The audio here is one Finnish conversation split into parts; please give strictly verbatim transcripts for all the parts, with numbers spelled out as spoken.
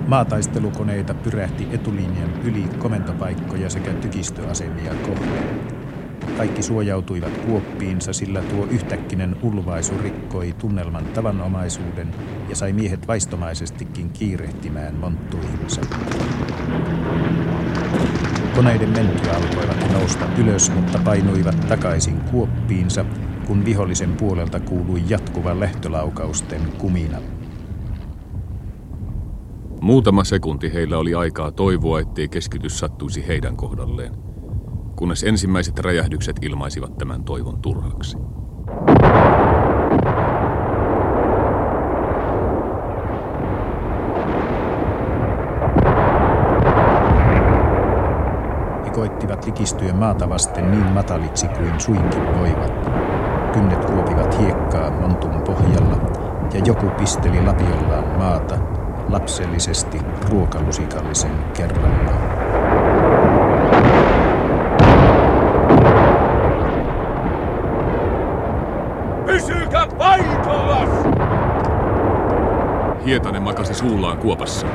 Maataistelukoneita pyrähti etulinjan yli komentopaikkoja sekä tykistöasemia kohden. Kaikki suojautuivat kuoppiinsa, sillä tuo yhtäkkinen ulvaisu rikkoi tunnelman tavanomaisuuden ja sai miehet vaistomaisestikin kiirehtimään monttuihinsa. Koneiden mentyä alkoivat nousta ylös, mutta painuivat takaisin kuoppiinsa, kun vihollisen puolelta kuului jatkuva lähtölaukausten kumina. Muutama sekunti heillä oli aikaa toivoa, ettei keskitys sattuisi heidän kohdalleen, kunnes ensimmäiset räjähdykset ilmaisivat tämän toivon turhaksi. He koittivat likistyä maata vasten niin mataliksi kuin suinkin voivat. Kynnet kuopivat hiekkaa montun pohjalla ja joku pisteli lapiollaan maata lapsellisesti ruokalusikallisen kerrallaan. Pysykää paikallas! Hietanen makasi suullaan kuopassa.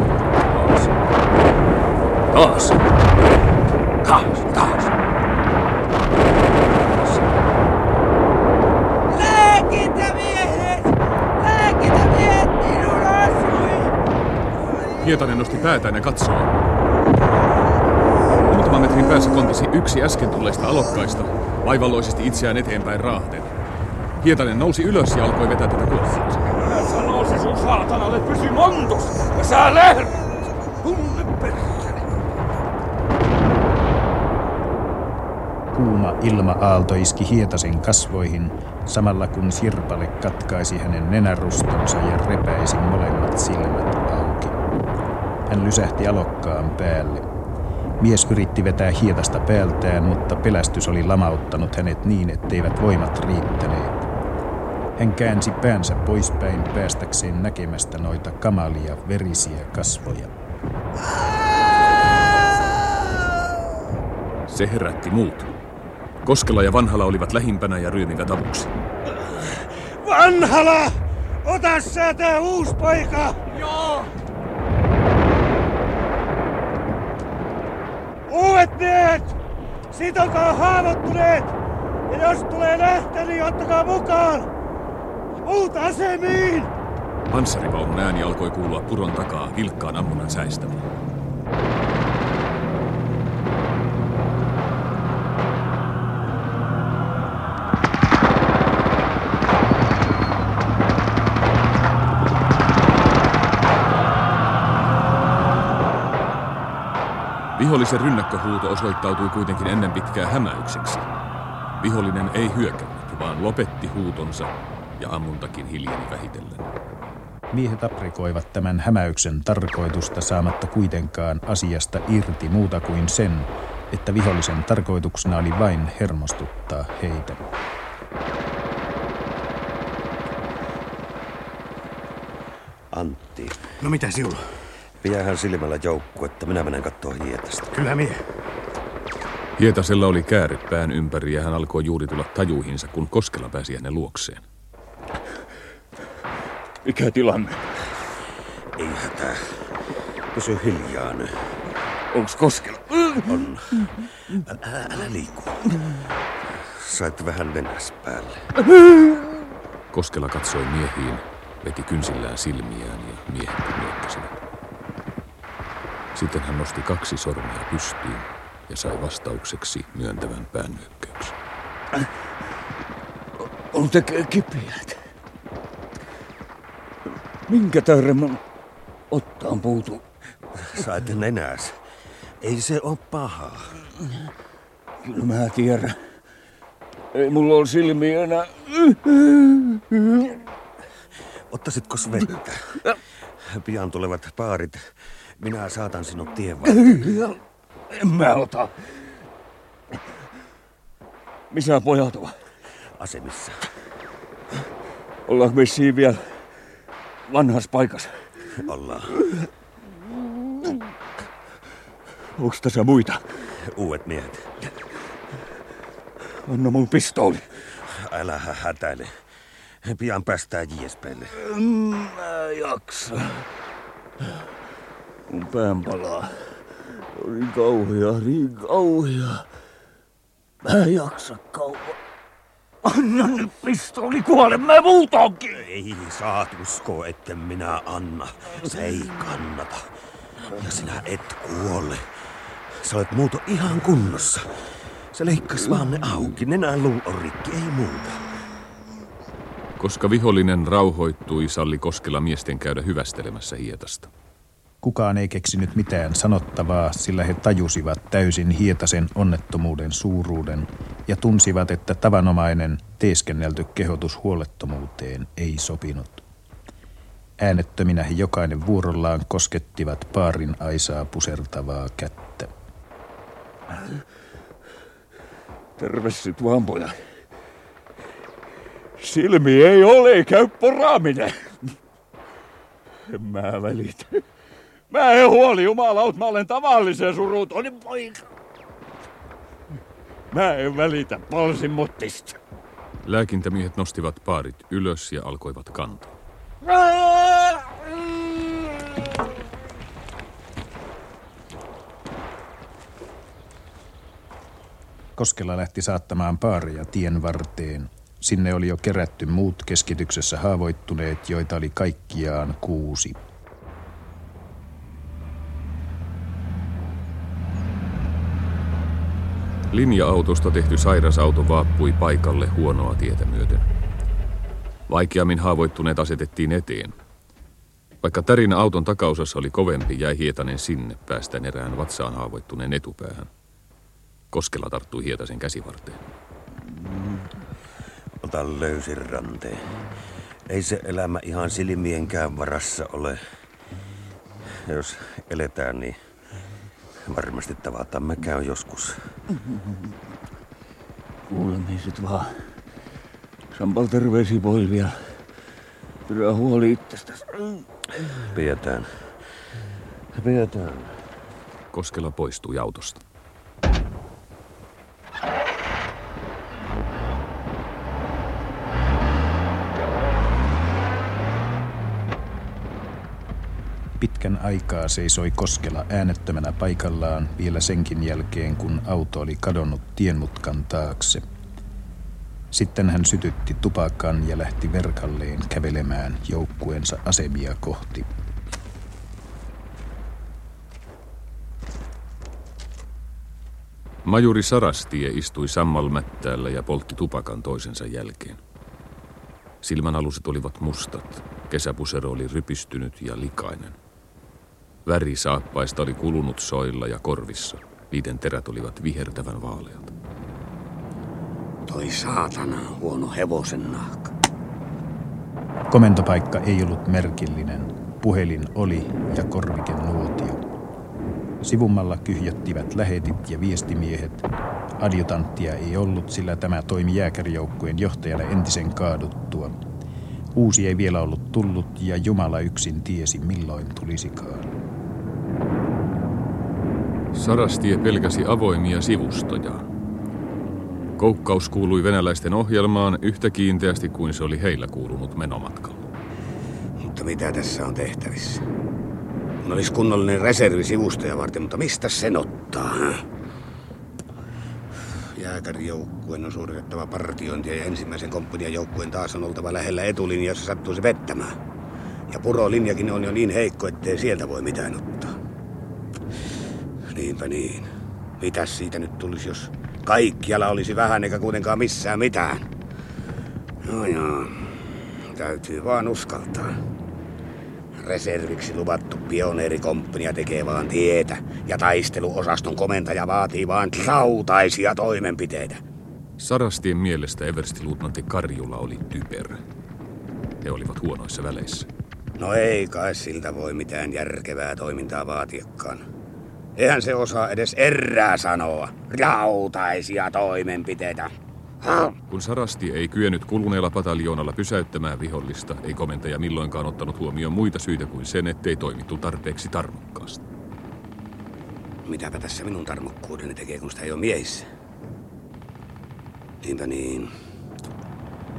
Taas. Taas. Taas. Taas. Lääkintämiehet! Lääkintämiehet, minun asui! Hietanen nosti päätään ja katsoi. Muutaman metrin päässä kontasi yksi äsken tulleista alokkaista, vaivalloisesti itseään eteenpäin raahten. Hietanen nousi ylös ja alkoi vetää tätä kuoppaansa. Mä sanoisin sun saatanalle, pysy montus! Ja sä lähdet! Tunne perhani! Kuuma ilma-aalto iski Hietasen kasvoihin, samalla kun Sirpale katkaisi hänen nenärustonsa ja repäisi molemmat silmät auki. Hän lysähti alokkaan päälle. Mies yritti vetää Hietasta päältään, mutta pelästys oli lamauttanut hänet niin, etteivät voimat riittäneet. Hän käänsi päänsä poispäin päästäkseen näkemästä noita kamalia, verisiä kasvoja. Se herätti muut. Koskela ja Vanhala olivat lähimpänä ja ryömivät avuksi. Vanhala! Ota sä tää uusi poika! Joo! Uudet miehet! Sitokaa haavoittuneet! Ja jos tulee lähtö, niin ottakaa mukaan! Muut asemiin! Panssarivaunun ääni alkoi kuulua puron takaa vilkkaan ammunnan säistämään. Vihollisen rynnäkköhuuto osoittautui kuitenkin ennen pitkää hämäykseksi. Vihollinen ei hyökännyt, vaan lopetti huutonsa ja ammuntakin hiljeni vähitellen. Miehet aprikoivat tämän hämäyksen tarkoitusta saamatta kuitenkaan asiasta irti muuta kuin sen, että vihollisen tarkoituksena oli vain hermostuttaa heitä. Antti. No mitä sinulla? Pidähän silmällä joukku, että minä menen kattoo Hietasta. Kyllä mie. Hietasella oli kääret pään ympäri ja hän alkoi juuri tulla tajuihinsa, kun Koskela pääsi hänen luokseen. Mikä tilanne? Ei hätää. Pysy hiljaa nyt. Onks Koskela? On. Älä, älä liiku. Sait vähän nenäs päälle. Koskela katsoi miehiin, veti kynsillään silmiään ja miehet miekkasivat. Sitten hän nosti kaksi sormea pystyyn ja sai vastaukseksi myöntävän päännyökkäyksen. On tekee kipiät. Minkä tähden mä ottaan puutu? Sait nenäs. Ei se oo pahaa. Kyllä mä tiedän. Ei mulla ole silmiä enää. Ottaisikos vettä? Pian tulevat paarit. Minä saatan sinut tien varten. En mä ota. Missä pojat ovat? Asemissa. Ollaanko me siinä vielä vanhassa paikassa? Ollaan. Onks tässä muita? Uudet miehet. Anna mun pistooli. Älä hätäile. Pian päästään J S P:lle. Mä jaksa. Mun pään palaa. On niin kauhea, niin kauhea. Mä en jaksa kauan. Anna nyt pistooli, kuole mä muutoinkin! Ei saat uskoa, etten minä anna. Se ei kannata. Ja sinä et kuole. Sä olet muuto ihan kunnossa. Se leikkas vaan ne auki, nenän luu on rikki, ei muuta. Koska vihollinen rauhoittui, salli Koskela miesten käydä hyvästelemässä Hietasta. Kukaan ei keksinyt mitään sanottavaa, sillä he tajusivat täysin Hietasen onnettomuuden suuruuden ja tunsivat, että tavanomainen teeskennelty kehotus huolettomuuteen ei sopinut. Äänettöminä he jokainen vuorollaan koskettivat paarin aisaa pusertavaa kättä. Terve sit vaan, pojat. Silmi ei ole, käy poraaminen. En mä välitä. Mä en huoli jumalaut, mä olen tavallisen surutoni poika. Mä en välitä polsin muttista. Lääkintämiehet nostivat paarit ylös ja alkoivat kantaa. Koskela lähti saattamaan paaria tien varteen. Sinne oli jo kerätty muut keskityksessä haavoittuneet, joita oli kaikkiaan kuusi. Linja-autosta tehty sairasauto vaappui paikalle huonoa tietä myöten. Vaikeammin haavoittuneet asetettiin eteen. Vaikka tärinä auton takaosassa oli kovempi, jäi Hietanen sinne päästään erään vatsaan haavoittuneen etupäähän. Koskela tarttui Hietasen käsivarteen. Ota löysin ranteen. Ei se elämä ihan silmienkään varassa ole. Ja jos eletään, niin varmasti tavataan mä käyn joskus. Kuulemiset vaan. Sampal terveisiä poilia. Pidä huoli itsestäsi. Pidetään. Pidetään. Koskela poistui autosta. Pitkän aikaa seisoi Koskela äänettömänä paikallaan vielä senkin jälkeen, kun auto oli kadonnut tienmutkan taakse. Sitten hän sytytti tupakan ja lähti verkalleen kävelemään joukkueensa asemia kohti. Majuri Sarastie istui sammalmättäällä ja poltti tupakan toisensa jälkeen. Silmänaluset olivat mustat, kesäpusero oli rypistynyt ja likainen. Väri saappaista oli kulunut soilla ja korvissa. Niiden terät olivat vihertävän vaaleat. Toi saatana huono hevosen nahka. Komentopaikka ei ollut merkillinen. Puhelin oli ja korvikenuotio. Sivummalla kyhjättivät lähetit ja viestimiehet. Adjutanttia ei ollut, sillä tämä toimi jääkärijoukkueen johtajana entisen kaaduttua. Uusi ei vielä ollut tullut ja Jumala yksin tiesi, milloin tulisikaan. Sarastie pelkäsi avoimia sivustoja. Koukkaus kuului venäläisten ohjelmaan yhtä kiinteästi kuin se oli heillä kuulunut menomatkalla. Mutta mitä tässä on tehtävissä? Kun olisi kunnollinen reservi sivustoja varten, mutta mistä sen ottaa? Jääkärijoukkueen on suoritettava partiointia ja ensimmäisen komppanian joukkueen taas on oltava lähellä etulinjaa, jos se sattuisi vettämään. Ja purolinjakin on jo niin heikko, ettei sieltä voi mitään ottaa. Niinpä niin. Mitäs siitä nyt tulisi, jos kaikkialla olisi vähän eikä kuitenkaan missään mitään? No joo, täytyy vaan uskaltaa. Reserviksi luvattu pioneerikomppania tekee vaan tietä ja taisteluosaston komentaja vaatii vaan rautaisia toimenpiteitä. Sarastien mielestä everstiluutnantti Karjula oli typerä. He olivat huonoissa väleissä. No ei kai siltä voi mitään järkevää toimintaa vaatiakaan. Eihän se osaa edes erää sanoa. Rautaisia toimenpiteitä. Ha? Kun Sarasti ei kyennyt kuluneella pataljoonalla pysäyttämään vihollista, ei komentaja milloinkaan ottanut huomioon muita syitä kuin sen, ettei toimittu tarpeeksi tarmokkaasti. Mitäpä tässä minun tarmokkuudeni tekee, kun sitä ei ole miehissä? Niinpä niin.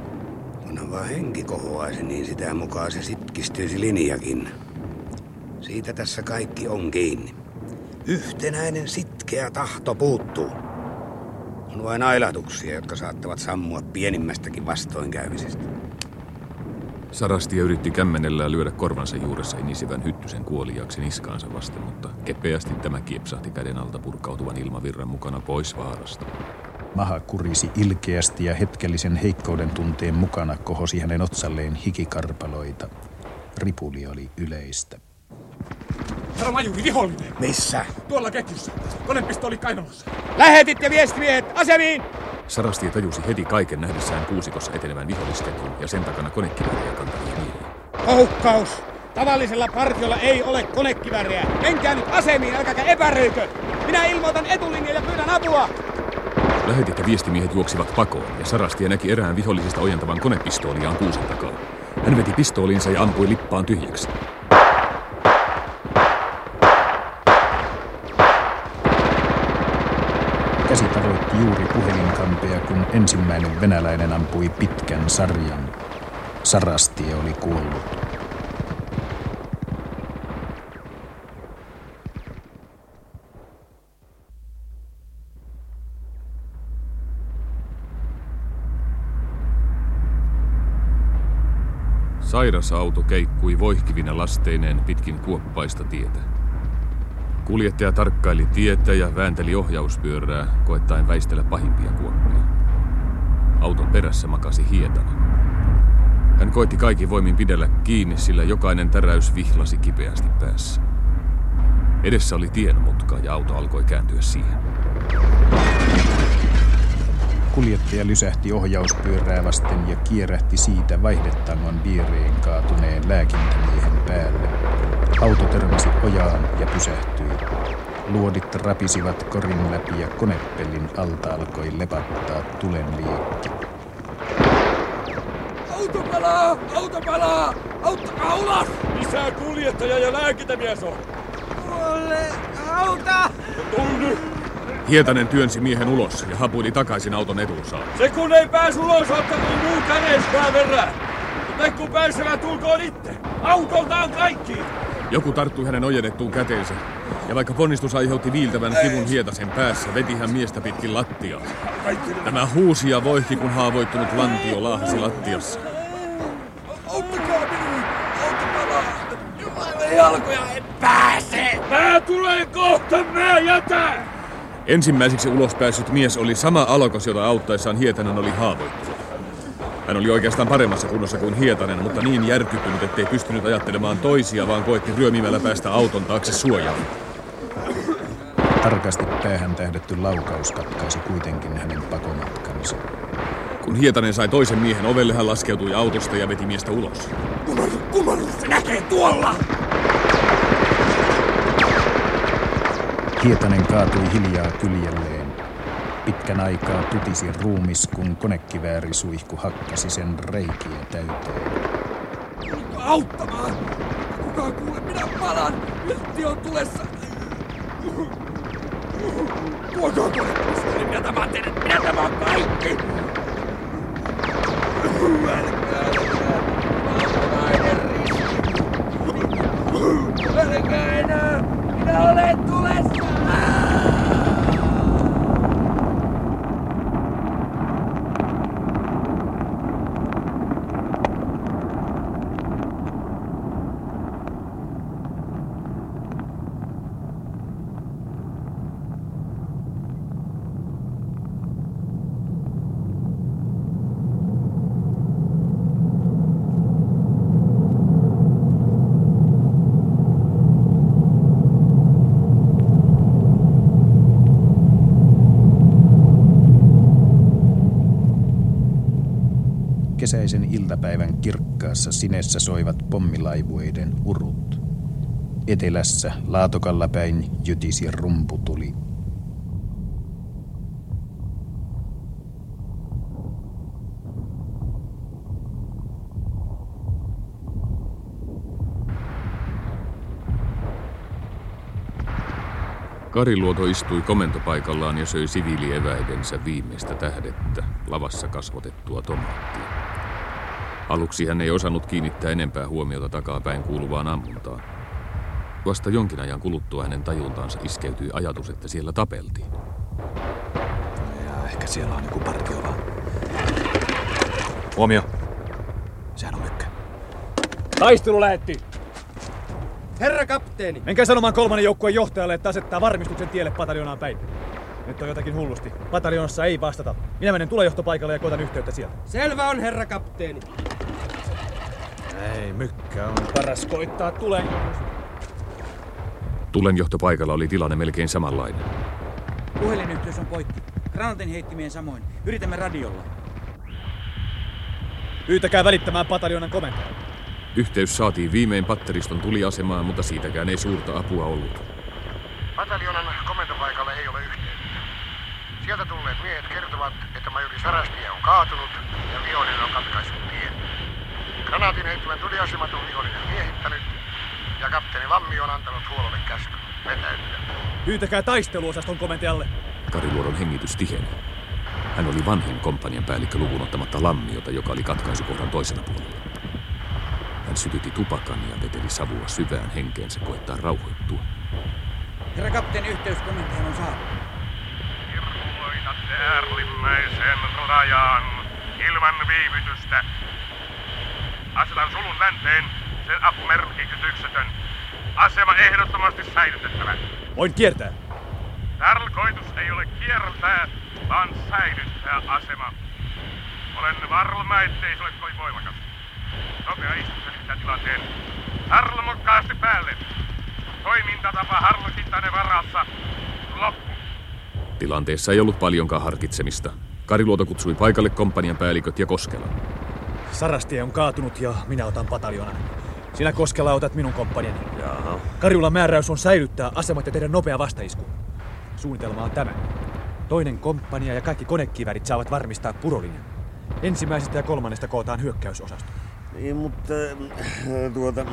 Kunhan vaan henki kohoaisi, niin sitä mukaan se sitkistyisi linjakin. Siitä tässä kaikki on kiinni. Yhtenäinen sitkeä tahto puuttuu. On vain ailatuksia, jotka saattavat sammua pienimmästäkin vastoinkäymisestä. Sarastia yritti kämmenellään lyödä korvansa juuressa inisivän hyttysen kuoliaaksi niskaansa vasten, mutta kepeästi tämä kiepsahti käden alta purkautuvan ilmavirran mukana pois vaarasta. Maha kurisi ilkeästi ja hetkellisen heikkouden tunteen mukana kohosi hänen otsalleen hikikarpaloita. Ripuli oli yleistä. Täällä majuri, vihollinen! Missä? Tuolla ketjussa. Konepistooli kainalossa. Lähetit ja viestimiehet, asemiin! Sarastia tajusi heti kaiken nähdessään kuusikossa etenevän vihollisketjun ja sen takana konekivääriä kantavia miehiä. Koukkaus! Tavallisella partiolla ei ole konekivääriä. Menkää nyt asemiin, älkääkä epäröikö! Minä ilmoitan etulinja ja pyydän apua! Lähetit ja viestimiehet juoksivat pakoon ja Sarastia näki erään vihollisista ojentavan konepistooliaan kuusen takaa. Hän veti pistoolinsa ja ampui lippaan tyhjäksi. Käsi tavoitti juuri puhelinkampea, kun ensimmäinen venäläinen ampui pitkän sarjan. Sarastia oli kuollut. Sairas auto keikkui voihkivina lasteineen pitkin kuoppaista tietä. Kuljettaja tarkkaili tietä ja väänteli ohjauspyörää, koettaen väistellä pahimpia kuoppia. Auton perässä makasi Hietanen. Hän koitti kaikin voimin pidellä kiinni, sillä jokainen täräys vihlasi kipeästi päässä. Edessä oli tienmutka ja auto alkoi kääntyä siihen. Kuljettaja lysähti ohjauspyörää vasten ja kierähti siitä vaihdetangon viereen kaatuneen lääkintämiehen päälle. Auto törmäsi ojaan ja pysähtyi. Luodit rapisivat korin läpi ja konepellin alta alkoi lepattaa tulen liekki. Auto palaa! Auto palaa! Auttakaa ulos! Lisää kuljettaja ja lääkintämies on! Ole auta! Tullut! Hietanen työnsi miehen ulos ja hapuili takaisin auton etuosaan. Se kun ei pääs ulos, ottakoon muu kädestään verran! Mutta kun pääsevät, tulkoon itse! Autoltaan kaikki! Joku tarttui hänen ojennettuun käteensä, ja vaikka ponnistus aiheutti viiltävän kivun Hietasen päässä, veti hän miestä pitkin lattiaa. Tämä huusi ja voihki, kun haavoittunut lantio laahasi lattiassa. Auttakaa minua! Auto palaa! Jumalan jalkoja, en pääse! Mä tulen kohta, mä jätän! Ensimmäiseksi ulos päässyt mies oli sama alokos, jota auttaessaan Hietanen oli haavoittunut. Hän oli oikeastaan paremmassa kunnossa kuin Hietanen, mutta niin järkyttynyt, ettei pystynyt ajattelemaan toisia, vaan koetti ryömimällä päästä auton taakse suojaan. Tarkasti päähän tähdetty laukaus katkaisi kuitenkin hänen pakomatkansa. Kun Hietanen sai toisen miehen ovelle, hän laskeutui autosta ja veti miestä ulos. Kumarrus, kumarrus, se näkee tuolla! Hietanen kaatui hiljaa kyljelleen. Pitkän aikaa tutisi ruumis, kun konekivääri suihku hakkasi sen reikiä täyteen. Tuliko auttamaan? Kukaan kuule, minä palan! Viltti on tulessa! Tuokaa konepistooli, minä tämän teidän, minä tämän kaikki! Älkää, valtavainen riski! Älkää enää! Minä olen tulessa! Kesäisen iltapäivän kirkkaassa sinessä soivat pommilaivueiden urut. Etelässä Laatokalla päin jytisi rumputuli. Kariluoto istui komentopaikallaan ja söi siviilieväidensä viimeistä tähdettä, lavassa kasvatettua tomaattia. Aluksi hän ei osannut kiinnittää enempää huomiota takapäin kuuluvaan ammuntaan. Vasta jonkin ajan kuluttua hänen tajuntaansa iskeytyi ajatus, että siellä tapeltiin. Ja ehkä siellä on joku partiolla. Huomio. Sehän on mykkä. Taistelu lähetti! Herra kapteeni! Menkää sanomaan kolmannen joukkueen johtajalle, että asettaa varmistuksen tielle pataljoonaan päin. Nyt on jotakin hullusti. Pataljoonassa ei vastata. Minä menen tulenjohtopaikalle ja koitan yhteyttä sieltä. Selvä on, herra kapteeni. Ei, mykkä on paras koittaa tulenjohdosta. Tulenjohtopaikalla oli tilanne melkein samanlainen. Puhelinyhteys on poikki. Granaatin heittimien samoin. Yritämme radiolla. Pyytäkää välittämään pataljoonan komentaja. Yhteys saatiin viimein patteriston tuliasemaan, mutta siitäkään ei suurta apua ollut. Pataljonan komentopaikalle ei ole yhteyttä. Sieltä tulleet miehet kertovat, että majuri Sarastia on kaatunut ja vihollinen on katkaissut tien. Granaatin heittämän tuliasemat on vihollinen miehittänyt ja kapteeni Lammi on antanut huololle käskyn vetäytyä. Pyytäkää taisteluosaston komentajalle. Kariluodon hengitys tiheni. Hän oli vanhin komppanian päällikkö lukuun ottamatta Lammiota, joka oli katkaisukohdan toisella puolella. Hän sytytti tupakan ja veteli savua syvään henkeensä koettaa rauhoittua. Herra kapteeni, yhteyskomentajan on saatu. Ilmoitatte äärimmäisen rajaan ilman viivytystä. Asetan sulun länteen, sen apumerkityksetön. Asema ehdottomasti säilytettävä. Voin kiertää. Tarkoitus ei ole kiertää, vaan säilyttää asema. Olen varma, ettei se ole kovin voimakas. Nopea isku selittää tilanteen. Harlmokkaasti päälle. Toimintatapa harkintanne varassa. Loppu. Tilanteessa ei ollut paljonkaan harkitsemista. Kariluoto kutsui paikalle komppanian päälliköt ja Koskela. Sarastie on kaatunut ja minä otan pataljonan. Sinä Koskela otat minun komppaniani. Jaha. Kariulan määräys on säilyttää asemat ja tehdä nopea vastaisku. Suunnitelma on tämä. Toinen komppania ja kaikki konekiväärit saavat varmistaa purolinjan. Ensimmäisestä ja kolmannesta kootaan hyökkäysosasto. Niin, mutta tuota,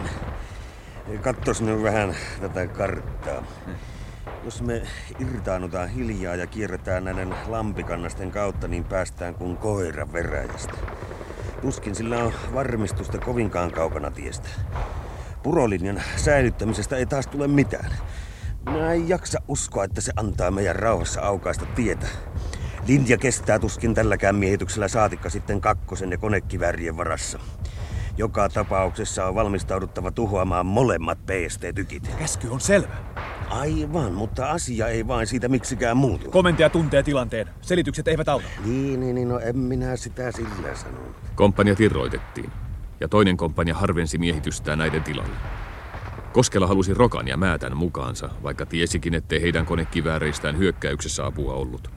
katsos nyt vähän tätä karttaa. Jos me irtaannutaan hiljaa ja kierretään näiden lampikannasten kautta, niin päästään kuin koira veräjästä. Tuskin sillä on varmistusta kovinkaan kaukana tiestä. Purolinjan säilyttämisestä ei taas tule mitään. Minä en jaksa uskoa, että se antaa meidän rauhassa aukaista tietä. Linja kestää tuskin tälläkään miehityksellä, saatikka sitten kakkosen ja konekiväärien varassa. Joka tapauksessa on valmistauduttava tuhoamaan molemmat P S T-tykit. Käsky on selvä. Aivan, mutta asia ei vain siitä miksikään muutu. Komentaja tuntee tilanteen. Selitykset eivät auta. Niin, niin, niin, no en minä sitä sillä sanonut. Komppaniat irroitettiin, ja toinen komppania harvensi miehitystään näiden tilalle. Koskela halusi Rokan ja Määtän mukaansa, vaikka tiesikin, ettei heidän konekivääreistään hyökkäyksessä apua ollut.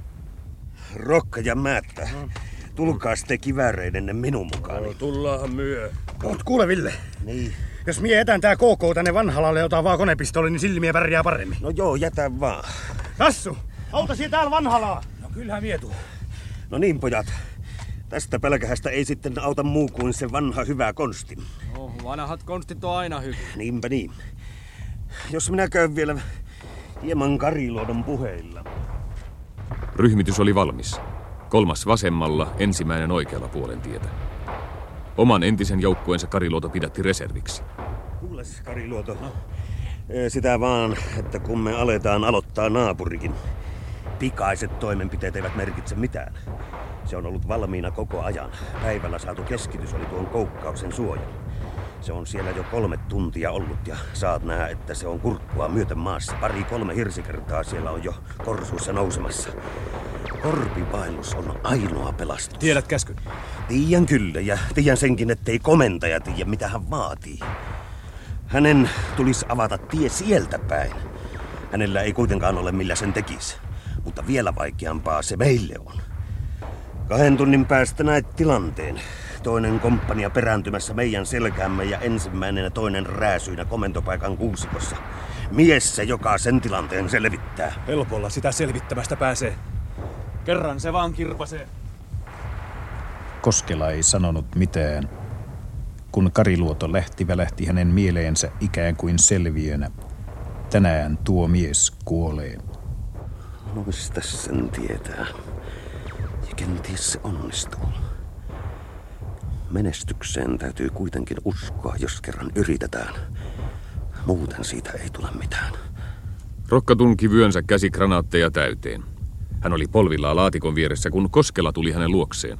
Rokka ja Määttä, tulkaa sitten kivääreidenne minun mukaan. No, tullaanhan myö. Mut kuule, Ville. Niin. Jos mie jätän tää K K tänne Vanhalalle ja otan vaan konepistoli, niin silmiä pärjää paremmin. No joo, jätä vaan. Tassu, auta siellä täällä Vanhalaa. No kyllähän mietu. No niin, pojat. Tästä pälkähästä ei sitten auta muu kuin se vanha hyvä konsti. No, vanhat konstit on aina hyvin. Niinpä niin. Jos minä käyn vielä hieman Kariluodon puheilla. Ryhmitys oli valmis. Kolmas vasemmalla, ensimmäinen oikealla puolen tietä. Oman entisen joukkueensa Kariluoto pidätti reserviksi. Kuules, Kariluoto. No. Sitä vaan, että kun me aletaan aloittaa naapurikin, pikaiset toimenpiteet eivät merkitse mitään. Se on ollut valmiina koko ajan. Päivällä saatu keskitys oli tuon koukkauksen suoja. Se on siellä jo kolme tuntia ollut ja saat nähdä, että se on kurkkua myöten maassa. Pari kolme hirsikertaa siellä on jo korsuissa nousemassa. Korpivaellus on ainoa pelastus. Tiedät käskyn? Tiedän kyllä, ja tiedän senkin, ettei komentaja tiedä, mitä hän vaatii. Hänen tulisi avata tie sieltä päin. Hänellä ei kuitenkaan ole, millä sen tekisi. Mutta vielä vaikeampaa se meille on. Kahden tunnin päästä näet tilanteen. Toinen komppania perääntymässä meidän selkäämme ja ensimmäinen ja toinen rääsyinä komentopaikan kuusikossa. Mies se, joka sen tilanteen selvittää. Helpolla sitä selvittämästä pääsee. Kerran se vaan kirpasee. Koskela ei sanonut mitään. Kun Kariluoto lähti, välähti hänen mieleensä ikään kuin selviönä. Tänään tuo mies kuolee. No mistä sen tietää? Ja kenties se onnistuu. Menestykseen täytyy kuitenkin uskoa, jos kerran yritetään. Muuten siitä ei tule mitään. Rokka tunki vyönsä käsikranaatteja täyteen. Hän oli polvillaan laatikon vieressä, kun Koskela tuli hänen luokseen.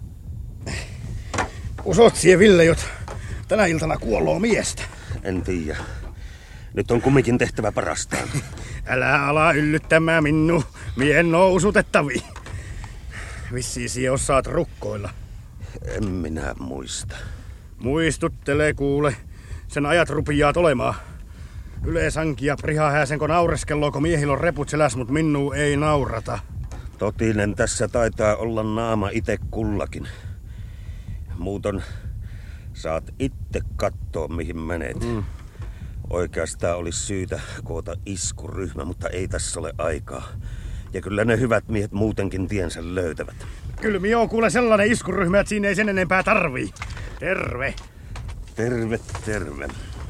Usot sie, Ville, jot tänä iltana kuolloo miestä? En tiedä. Nyt on kumminkin tehtävä parastaan. Älä ala yllyttämään minnu, mie en oo usutettavi. Vissiin sie osaat rukkoilla. En minä muista. Muistuttelee kuule. Sen ajat rupiaat olemaan. Yleisanki ja priha hääsenkö naureskelloo, kun miehillä on reput seläs, mut minnu ei naurata. Totinen tässä taitaa olla naama ite kullakin. Muuton saat itse kattoo, mihin menet. Mm. Oikeastaan olisi syytä koota iskuryhmä, mutta ei tässä ole aikaa. Ja kyllä ne hyvät miehet muutenkin tiensä löytävät. Kyllä mi on kuule sellainen iskuryhmä, että siinä ei sen enempää tarvii. Terve. Terve, terve.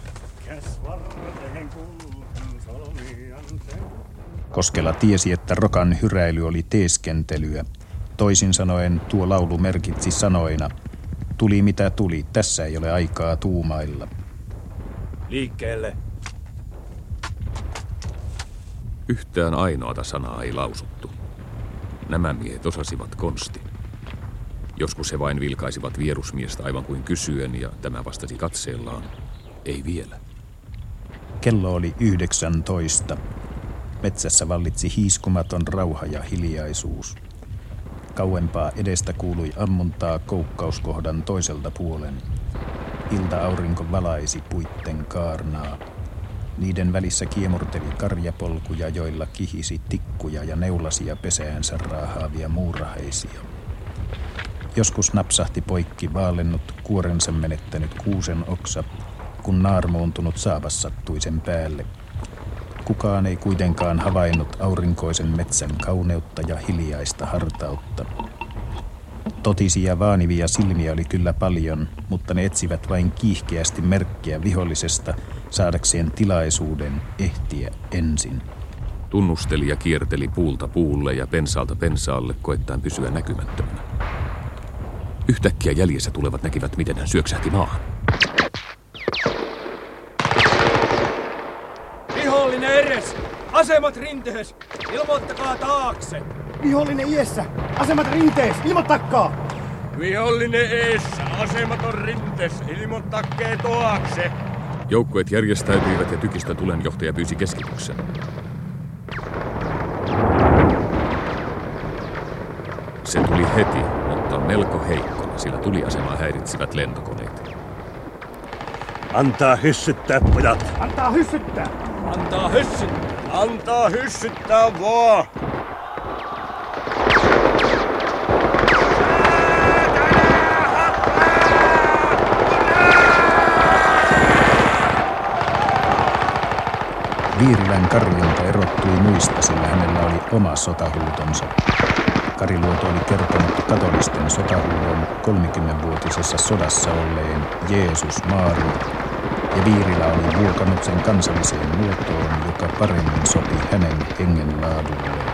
Koskela tiesi, että Rokan hyräily oli teeskentelyä. Toisin sanoen tuo laulu merkitsi sanoina: tuli mitä tuli, tässä ei ole aikaa tuumailla. Liikkeelle. Yhtään ainoata sanaa ei lausuttu. Nämä miehet osasivat konstin. Joskus he vain vilkaisivat vierusmiestä aivan kuin kysyen, ja tämä vastasi katseellaan: ei vielä. Kello oli yhdeksäntoista. Metsässä vallitsi hiiskumaton rauha ja hiljaisuus. Kauempaa edestä kuului ammuntaa koukkauskohdan toiselta puolen. Ilta-aurinko valaisi puitten kaarnaa. Niiden välissä kiemurteli karjapolkuja, joilla kihisi tikkuja ja neulasia pesäänsä raahaavia muuraheisia. Joskus napsahti poikki vaalennut kuorensa menettänyt kuusen oksa, kun naarmuuntunut saavas sattui sen päälle. Kukaan ei kuitenkaan havainnut aurinkoisen metsän kauneutta ja hiljaista hartautta. Totisia vaanivia silmiä oli kyllä paljon, mutta ne etsivät vain kiihkeästi merkkiä vihollisesta saadakseen tilaisuuden ehtiä ensin. Tunnustelija kierteli puulta puulle ja pensaalta pensaalle koettaen pysyä näkymättömänä. Yhtäkkiä jäljessä tulevat näkivät, miten hän syöksähti maahan. Vihollinen eres! Asemat rintees! Ilmoittakaa taakse! Vihollinen iessä! Asemat rintees! Ilmoittakaa! Vihollinen eessä! Asemat on rintees! Ilmoittakee taakse! Joukkueet järjestäytyivät ja tykistä tulenjohtaja pyysi keskityksen. Se tuli heti, mutta melko heikkona, sillä tuliasemaa häiritsivät lentokoneet. Antaa hyssyttää, pojat! Antaa hyssyttää! Antaa hyssyttää! Antaa hyssyttää vaan! Viirilän Karjonta erottui muista, sillä hänellä oli oma sotahuutonsa. Kariluoto oli kertonut katolisten sotahuudon kolmekymmenvuotisessa sodassa olleen Jeesus Maari, ja Viirilä oli muokannut sen kansalliseen muotoon, joka paremmin sopi hänen hengenlaadulleen.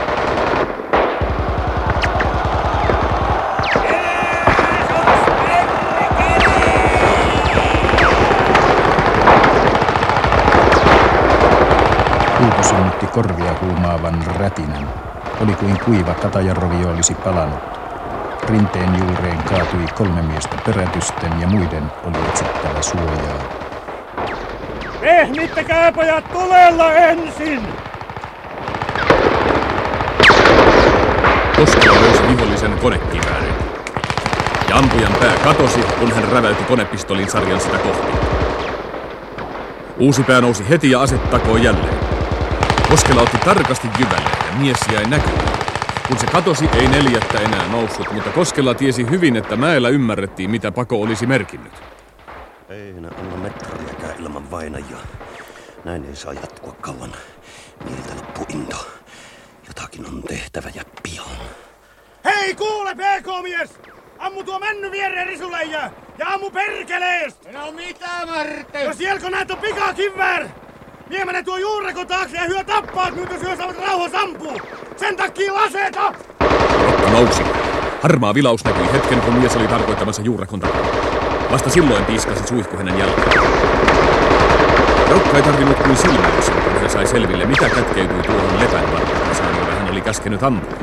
Huuto synnytti korvia huumaavan rätinän. Oli kuin kuiva katajarovio olisi palanut. Rinteen juureen kaatui kolme miestä perätysten ja muiden oli etsittävä suojaa. Pehmittäkää pojat tulella ensin! Koskela löysi vihollisen konekiväärin. Ja ampujan pää katosi, kun hän räväytti konepistolin sarjan sitä kohti. Uusi pää nousi heti ja ase takoi jälleen. Koskela otti tarkasti jyvälle ja mies jäi näkymään. Kun se katosi, ei neljättä enää noussut, mutta Koskela tiesi hyvin, että mäellä ymmärrettiin, mitä pako olisi merkinnyt. Ei nää anna metriäkään ilman vainajaa. Näin ei saa jatkua kauan. Niiltä loppu into. Jotakin on tehtävä ja pian. Hei kuule, P K-mies! Ammu tuo männy viereen risuleijää! Ja ammu perkeleest! No mitä, Marte? No sielko näet on pikakivär! Mie menen tuo juureko taakse ja hyö tappaat, nyt jos hyö saavat rauhassa ampuu! Sen takia laseta! Rokka nousi. Harmaa vilaus näkyi hetken, kun mies oli tarkoittamassa juurakon takana. Vasta silloin piiskasi suihku hänen jälkeen. Rokka ei tarvinnut kuin silmäyksen, kun hän sai selville, mitä kätkeytyi tuohon lepän varpaaseen, jolle hän oli käskenyt ampua.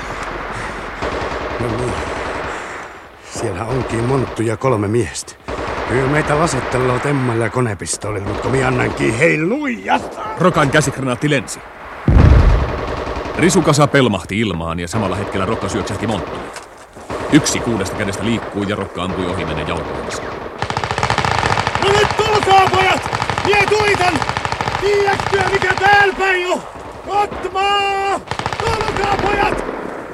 No niin. Siellä onkin monttu ja kolme miestä. Kyllä meitä lasettelua temmalla ja konepistoolilla, mutta kun minä annankin heille nuijasta. Rokan käsikranaatti lensi. Risukasa pelmahti ilmaan ja samalla hetkellä Rokka syöksähti monttuun. Yksi kuudesta kädestä liikkui ja Rokka ampui ohimennen jalkoihinsa. No nyt tulkaa, pojat! Mie tuitan! Tiedätkö mikä täällä päin on? Kotmaa! Tulkaa, pojat!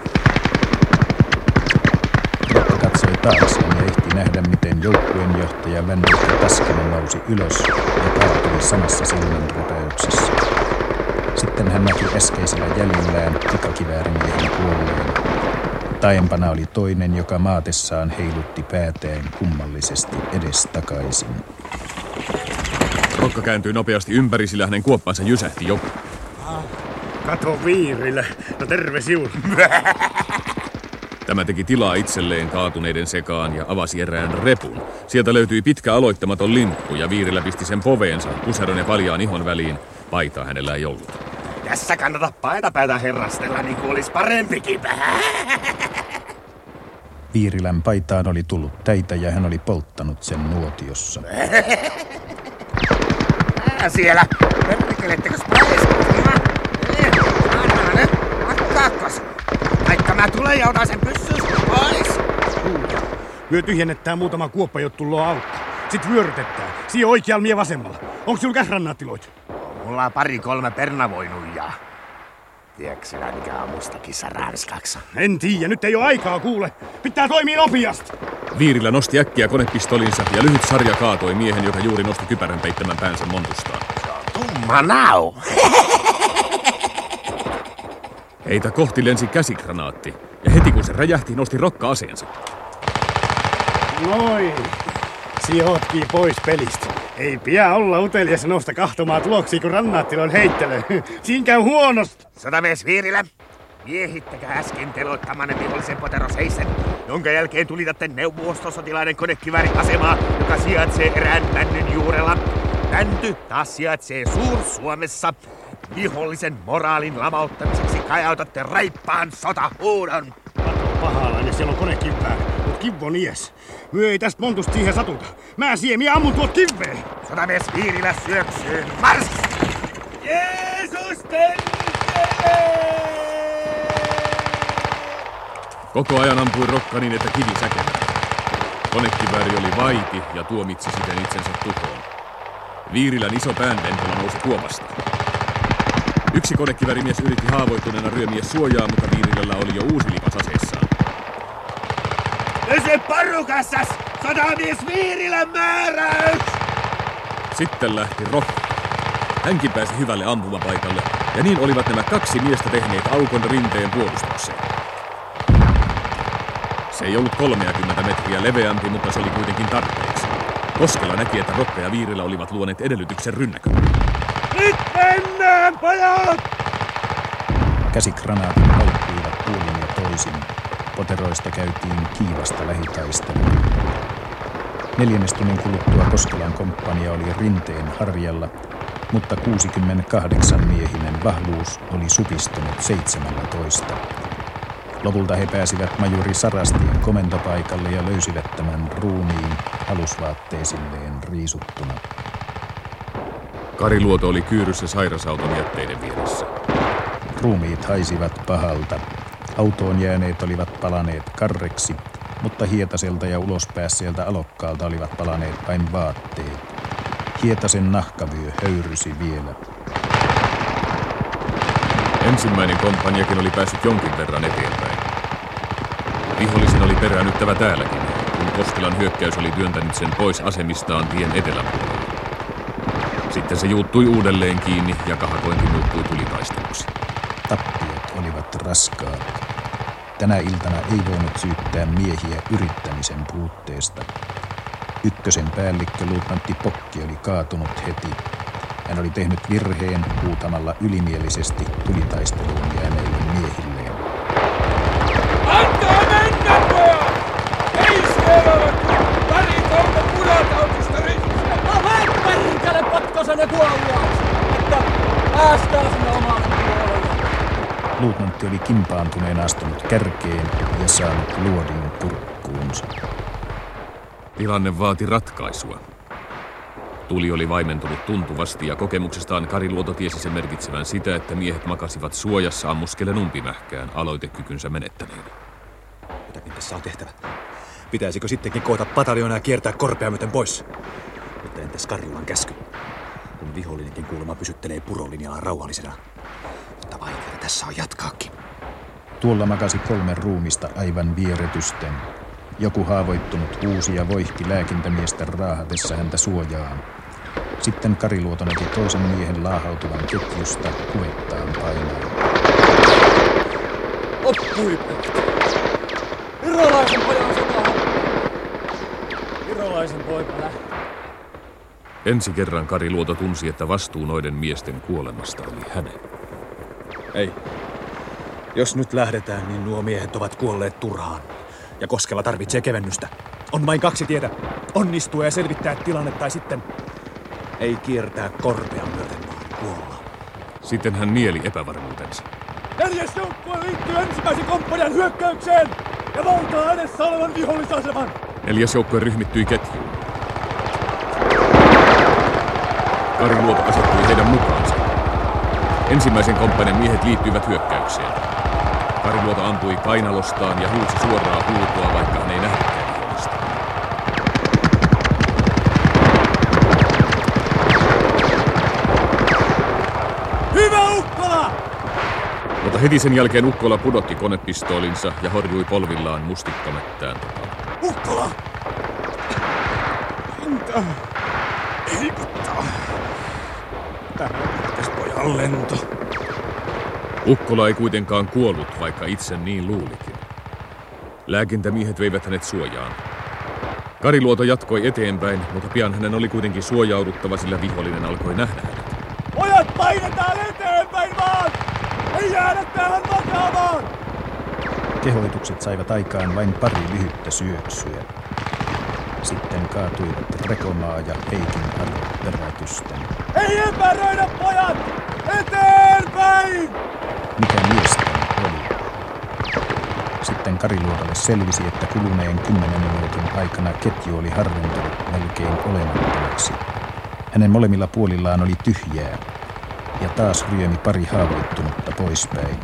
Rokka katsoi taakseen ja ehti nähdä, miten joukkueenjohtaja Vändykkä Taskinen nousi ylös ja kaatui samassa silmänräpäyksessä. Sitten hän näki äskeisellä jäljillään tikakiväärinmiehen kuolleen. Taempana oli toinen, joka maatessaan heilutti päätään kummallisesti edestakaisin. Rokka kääntyi nopeasti ympäri, sillä hänen kuoppansa jysähti joku. Kato Viirille. No terve siul. Tämä teki tilaa itselleen kaatuneiden sekaan ja avasi erään repun. Sieltä löytyi pitkä aloittamaton linkku ja Viirillä pisti sen poveensa puseron ja paljaan ihon väliin. Paitaa hänellä ei ollut. Tässä kannata paitapäätä herrastella, niin kuin olisi parempikin vähän. Viirilän paitaan oli tullut täitä ja hän oli polttanut sen nuotiossa. Siellä, perkelettekös pääskos? Anna nyt, akkaakkos. Vaikka mä tulen ja otan sen pyssyys pois. Myö tyhjennettää muutama kuoppa, jot tulloo auttaa. Sit vyörytettää. Siihen oikealla mie vasemmalla. Onks sul käs rannaattiloit? Mulla on pari kolme pernavoinujaa. Tiedätkö sinä mikä on mustakissa ranskaksi? En tiedä, nyt ei oo aikaa kuule. Pitää toimia nopeasti. Viirillä nosti äkkiä konepistolinsa ja lyhyt sarja kaatoi miehen, joka juuri nosti kypärän peittämän päänsä montustaan. Se on tumma nau. Heitä kohti lensi käsikranaatti ja heti kun se räjähti, nosti Rokka aseensa. Noin. Sijootkin pois pelistä. Ei pian olla utelias nousta kahtomaan tuloksia, kun rannaattiloin heittelee. Siinä käy huonosti. Sotamies Viirilä, miehittäkää äsken teloittamanne vihollisen potero seisen, jonka jälkeen tulitatte neuvostosotilaiden konekiväärin asemaa, joka sijaitsee erään männyn juurella. Mänty taas sijaitsee Suur-Suomessa. Vihollisen moraalin lamauttamiseksi kajautatte raippaan sotahuudon. Pahalainen, siellä on konekivääri, mut kivon ies. Myö ei tästä montusta siihen satuta. Mä siemi ammun tuot kiveen. Sotamies Viirilä syöksyy. Mars! Jeesus tervelee! Koko ajan ampui Rokka niin, että kivi säkenää. Konekivääri oli vaiti ja tuomitsi siten itsensä tuhoon. Viirilän iso päänventola nousi kuopasta. Yksi konekiväärimies yritti haavoittuneena ryömiä suojaa, mutta Viirilällä oli jo uusi lipas aseessaan. Pysy parukassas! Sotamies Viirilän määräys! Sitten lähti Rokka. Hänkin pääsi hyvälle ampumapaikalle, ja niin olivat nämä kaksi miestä tehneet aukon rinteen puolustukseen. Se ei ollut kolmekymmentä metriä leveämpi, mutta se oli kuitenkin tarpeeksi. Koskela näki, että Rokka ja Viirilä olivat luoneet edellytyksen rynnäkön. Nyt mennään, pojat! Käsikranaatit paukkuivat puolin ja toisin. Poteroista käytiin kiivasta lähitaistelua. Neljännestunnin kuluttua Koskelan komppania oli rinteen harjalla, mutta kuusikymmentäkahdeksan miehinen vahvuus oli supistunut seitsemäntoista. Lopulta he pääsivät majuri Sarastien komentopaikalle ja löysivät tämän ruumiin alusvaatteisilleen riisuttuna. Kari Luoto oli kyyryssä sairasauton jätteiden vieressä. Ruumiit haisivat pahalta. Autoon jääneet olivat palaneet karreksi, mutta Hietaselta ja ulospäässeeltä alokkaalta olivat palaneet vain vaatteet. Hietasen nahkavyö höyrysi vielä. Ensimmäinen komppaniakin oli päässyt jonkin verran eteenpäin. Vihollisen oli peräännyttävä täälläkin, kun Koskelan hyökkäys oli työntänyt sen pois asemistaan tien eteläpuolella. Sitten se juuttui uudelleen kiinni ja kahakointi muuttui tulitaisteluksi. Tappiot olivat raskaat. Tänä iltana ei voinut syyttää miehiä yrittämisen puutteesta. Ykkösen päällikkö luutnantti Pokki oli kaatunut heti. Hän oli tehnyt virheen huutamalla ylimielisesti tulitaisteluun jääneille miehilleen. Antaa mennä, pojat! Ei siellä ole pari kolme punatautista ryhmää! Vähän perkele, Lehtosen ja kuollaus, että päästään sinne omalle puolelle. Luutnantti oli kimpaantuneena astunut kärkeen ja saanut luodin kurkkuunsa. Tilanne vaati ratkaisua. Tuli oli vaimentunut tuntuvasti ja kokemuksestaan Kari Luoto tiesi sen merkitsevän sitä, että miehet makasivat suojassa ammuskellen umpimähkään aloitekykynsä menettäneen. Jotakin tässä on tehtävä. Pitäisikö sittenkin koota pataljoonaa kiertää korpea myöten pois? Mutta entäs Karjulan käsky? Kun vihollinenkin kuulemma pysyttelee purolinjalla rauhallisena. Mutta vaikeaa tässä on jatkaakin. Tuolla makasi kolme ruumista aivan vieretysten. Joku haavoittunut huusi ja voihti lääkintämiestä raahatessa häntä suojaan. Sitten Kari Luoto näki toisen miehen laahautuvan ketjusta kuvettaan painaan. Oppui! Virolaisen pojan sotaa! Virolaisen poika lähti. Ensi kerran Kari Luoto tunsi, että vastuu noiden miesten kuolemasta oli hänen. Ei. Jos nyt lähdetään, niin nuo miehet ovat kuolleet turhaan. Ja Koskela tarvitsee kevennystä. On vain kaksi tietä. Onnistua ja selvittää tilanne tai sitten ei kiertää korpean myöten, vaan kuolla. Sitten hän mieli epävarmuutensa. Neljäs joukkue liittyy ensimmäisen komppanian hyökkäykseen ja valtaa edessä olevan vihollisaseman. Neljäs joukkue ryhmittyi ketjuun. Kari Luoto asettui heidän mukaansa. Ensimmäisen komppanian miehet liittyivät hyökkäykseen. Kari Luoto ampui kainalostaan ja huusi suoraa huutoa, vaikka hän ei nähdäkään vihollista. Hyvä Ukkola! Mutta heti sen jälkeen Ukkola pudotti konepistoolinsa ja horjui polvillaan mustikkamättään. Ukkola! Entä? Heikottaa. Tämä on pojan lento. Ukkola ei kuitenkaan kuollut, vaikka itse niin luulikin. Lääkintämiehet veivät hänet suojaan. Kari Luoto jatkoi eteenpäin, mutta pian hänen oli kuitenkin suojauduttava, sillä vihollinen alkoi nähdä hänet. Pojat, painetaan eteenpäin vaan! Ei jäädä tähän makaamaan! Kehoitukset saivat aikaan vain pari lyhyttä syöksyä. Sitten kaatuivat Rekomaa ja Heikin arvot perätysten. Ei epäröidä, pojat! Eteenpäin! Mikä miesten oli? Sitten Kari Luodolle selvisi, että kuluneen kymmenen minuutin aikana ketju oli harventunut melkein olemattomaksi. Hänen molemmilla puolillaan oli tyhjää, ja taas ryömi pari haavoittunutta poispäin.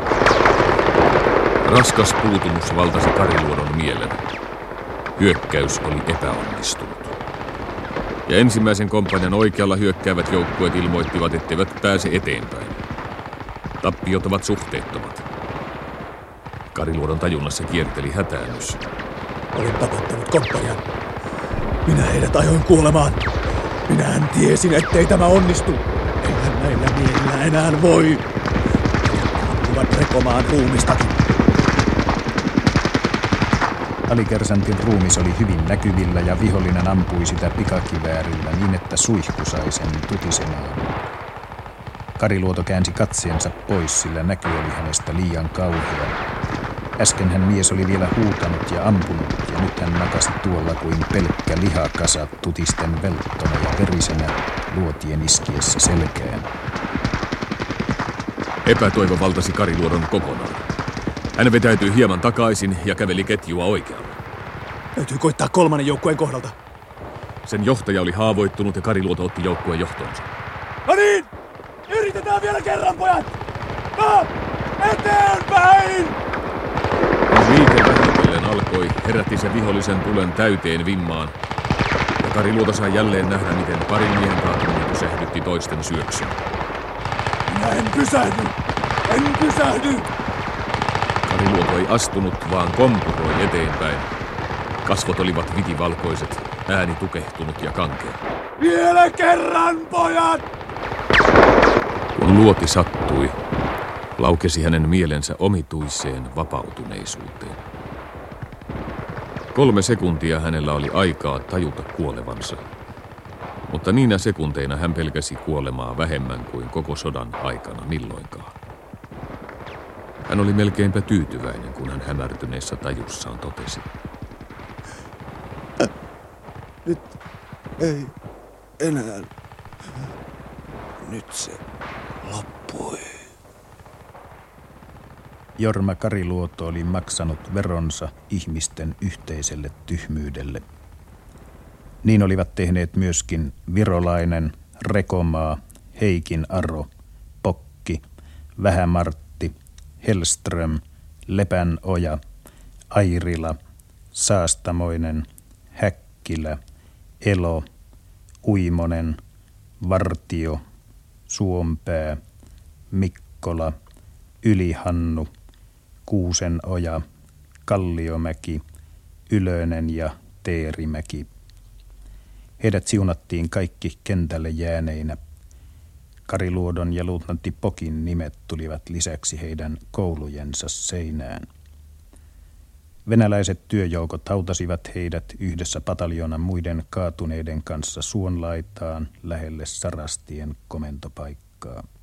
Raskas puutumus valtasi Kari Luodon mielen. Hyökkäys oli epäonnistunut. Ja ensimmäisen komppanian oikealla hyökkäävät joukkueet ilmoittivat, etteivät pääse eteenpäin. Tappiot ovat suhteettomat. Kari Luodon tajunnassa kierteli hätäännys. Olin pakottanut komppanian. Minä heidät ajoin kuolemaan. Minähän tiesin, ettei tämä onnistu. Eihän näillä miehillä enää voi. Ampuvat Rekomaan ruumistakin. Alikersantin ruumis oli hyvin näkyvillä ja vihollinen ampui sitä pikakiväärillä niin, että suihku sai sen tutisemaan. Kari Luoto käänsi katseensa pois, sillä näky oli hänestä liian kauhea. Äsken hän mies oli vielä huutanut ja ampunut, ja nyt hän makasi tuolla kuin pelkkä lihakasa tutisten velttona ja verisenä luotien iskiessä selkään. Epätoivo valtasi Kari Luodon kokonaan. Hän vetäytyi hieman takaisin ja käveli ketjua oikealle. Täytyy koittaa kolmannen joukkueen kohdalta. Sen johtaja oli haavoittunut ja Kari Luoto otti joukkueen johtoonsa. No niin! Yritetään vielä kerran, pojat! No! Eteenpäin! Kun liike vähitellen alkoi, herätti se vihollisen tulen täyteen vimmaan. Ja Kari Luoto sai jälleen nähdä, miten parin miehen kaatuminen pysähdytti toisten syöksyn. Minä en pysähdy! En pysähdy! Kari Luoto ei astunut, vaan kompuroi eteenpäin. Kasvot olivat vitivalkoiset, ääni tukehtunut ja kankea. Vielä kerran, pojat! Kun luoti sattui, laukesi hänen mielensä omituiseen vapautuneisuuteen. Kolme sekuntia hänellä oli aikaa tajuta kuolevansa. Mutta niinä sekunteina hän pelkäsi kuolemaa vähemmän kuin koko sodan aikana milloinkaan. Hän oli melkeinpä tyytyväinen, kun hän hämärtyneessä tajussaan totesi. Nyt ei enää Nyt se loppui. Jorma Kariluoto oli maksanut veronsa ihmisten yhteiselle tyhmyydelle. Niin olivat tehneet myöskin Virolainen, Rekomaa, Heikin Aro, Pokki, Vähämartti, Hellström, Lepänoja, Airila, Saastamoinen, Häkkilä, Elo, Uimonen, Vartio, Suompää, Mikkola, Ylihannu, Kuusenoja, Kalliomäki, Ylönen ja Teerimäki. Heidät siunattiin kaikki kentälle jääneinä. Kariluodon ja luutnantti Pokin nimet tulivat lisäksi heidän koulujensa seinään. Venäläiset työjoukot hautasivat heidät yhdessä pataljoonan muiden kaatuneiden kanssa suonlaitaan lähelle Sarastien komentopaikkaa.